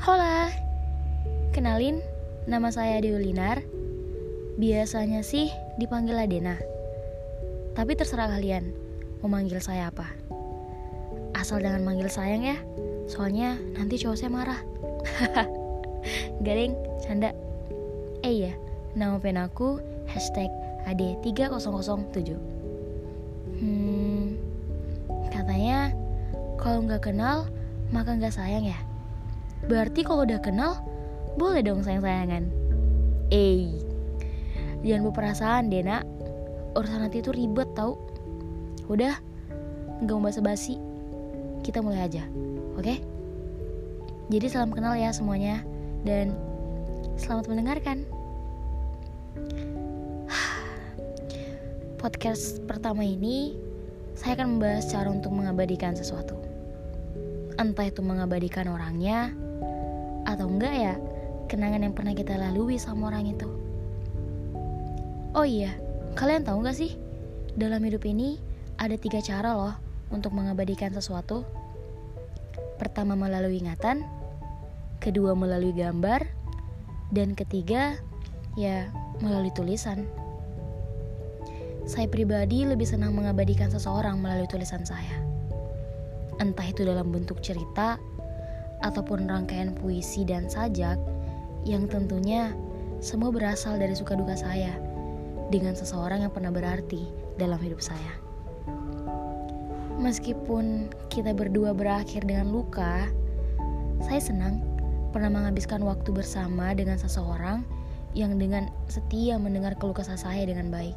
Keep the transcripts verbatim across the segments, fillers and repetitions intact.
Hola, kenalin, nama saya Deulinar. Biasanya sih dipanggil Adena, tapi terserah kalian mau manggil saya apa. Asal jangan manggil sayang ya, soalnya nanti cowok saya marah. Garing, canda. Eh ya, nama pen aku hashtag A D tiga nol nol tujuh. Hmm, katanya kalau nggak kenal maka nggak sayang ya. Berarti kalau udah kenal boleh dong sayang-sayangan. Eh, jangan berperasaan Dena. Urusan nanti itu ribet tau. Udah, nggak mau basa-basi. Kita mulai aja, oke? Jadi salam kenal ya semuanya, dan selamat mendengarkan. Podcast pertama ini saya akan membahas cara untuk mengabadikan sesuatu. Entah itu mengabadikan orangnya atau enggak ya, kenangan yang pernah kita lalui sama orang itu. Oh iya, kalian tahu gak sih, dalam hidup ini ada tiga cara loh untuk mengabadikan sesuatu. Pertama melalui ingatan, kedua melalui gambar, dan ketiga ya melalui tulisan. Saya pribadi lebih senang mengabadikan seseorang melalui tulisan saya. Entah itu dalam bentuk cerita ataupun rangkaian puisi dan sajak, yang tentunya semua berasal dari suka duka saya dengan seseorang yang pernah berarti dalam hidup saya. Meskipun kita berdua berakhir dengan luka, saya senang pernah menghabiskan waktu bersama dengan seseorang yang dengan setia mendengar keluh kesah saya dengan baik.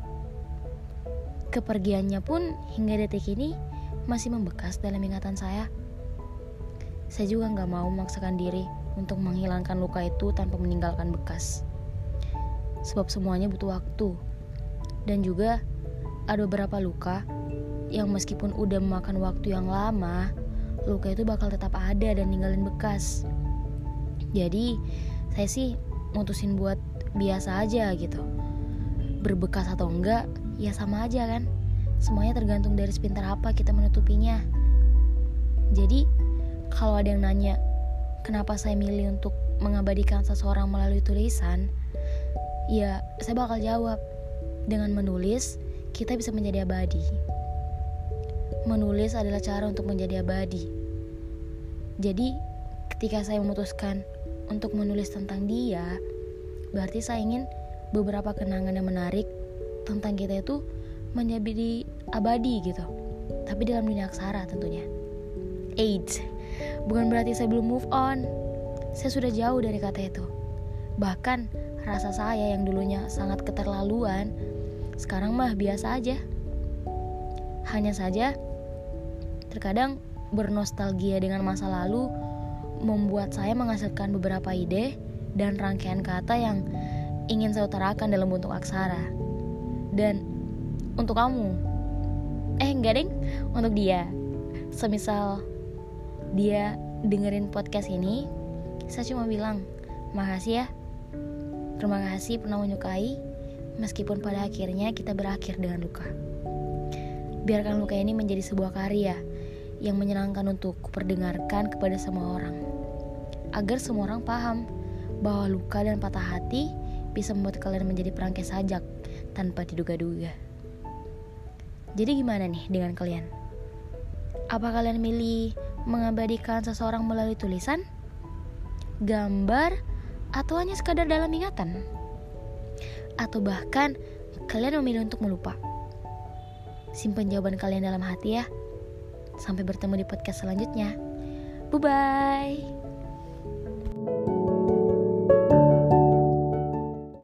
Kepergiannya pun hingga detik ini masih membekas dalam ingatan saya. Saya juga gak mau memaksakan diri untuk menghilangkan luka itu tanpa meninggalkan bekas. Sebab semuanya butuh waktu. Dan juga ada beberapa luka yang meskipun udah memakan waktu yang lama, luka itu bakal tetap ada dan ninggalin bekas. Jadi saya sih mutusin buat biasa aja gitu. Berbekas atau enggak, ya sama aja kan. Semuanya tergantung dari sepintar apa kita menutupinya. Jadi kalau ada yang nanya kenapa saya milih untuk mengabadikan seseorang melalui tulisan, ya saya bakal jawab, dengan menulis kita bisa menjadi abadi. Menulis adalah cara untuk menjadi abadi. Jadi ketika saya memutuskan untuk menulis tentang dia, berarti saya ingin beberapa kenangan yang menarik tentang kita itu menjadi abadi gitu. Tapi dalam dunia aksara tentunya. Eits, bukan berarti saya belum move on. Saya sudah jauh dari kata itu. Bahkan rasa saya yang dulunya sangat keterlaluan, sekarang mah biasa aja. Hanya saja terkadang bernostalgia dengan masa lalu membuat saya menghasilkan beberapa ide dan rangkaian kata yang ingin saya utarakan dalam bentuk aksara. Dan untuk kamu, eh enggak deng, untuk dia, semisal dia dengerin podcast ini, saya cuma bilang makasih ya. Terima kasih pernah menyukai, meskipun pada akhirnya kita berakhir dengan luka. Biarkan luka ini menjadi sebuah karya yang menyenangkan untuk kuperdengarkan kepada semua orang, agar semua orang paham bahwa luka dan patah hati bisa membuat kalian menjadi perangkai sajak tanpa diduga-duga. Jadi gimana nih dengan kalian? Apa kalian milih mengabadikan seseorang melalui tulisan, gambar, atau hanya sekadar dalam ingatan? Atau bahkan kalian memilih untuk melupa? Simpan jawaban kalian dalam hati ya. Sampai bertemu di podcast selanjutnya. Bye-bye.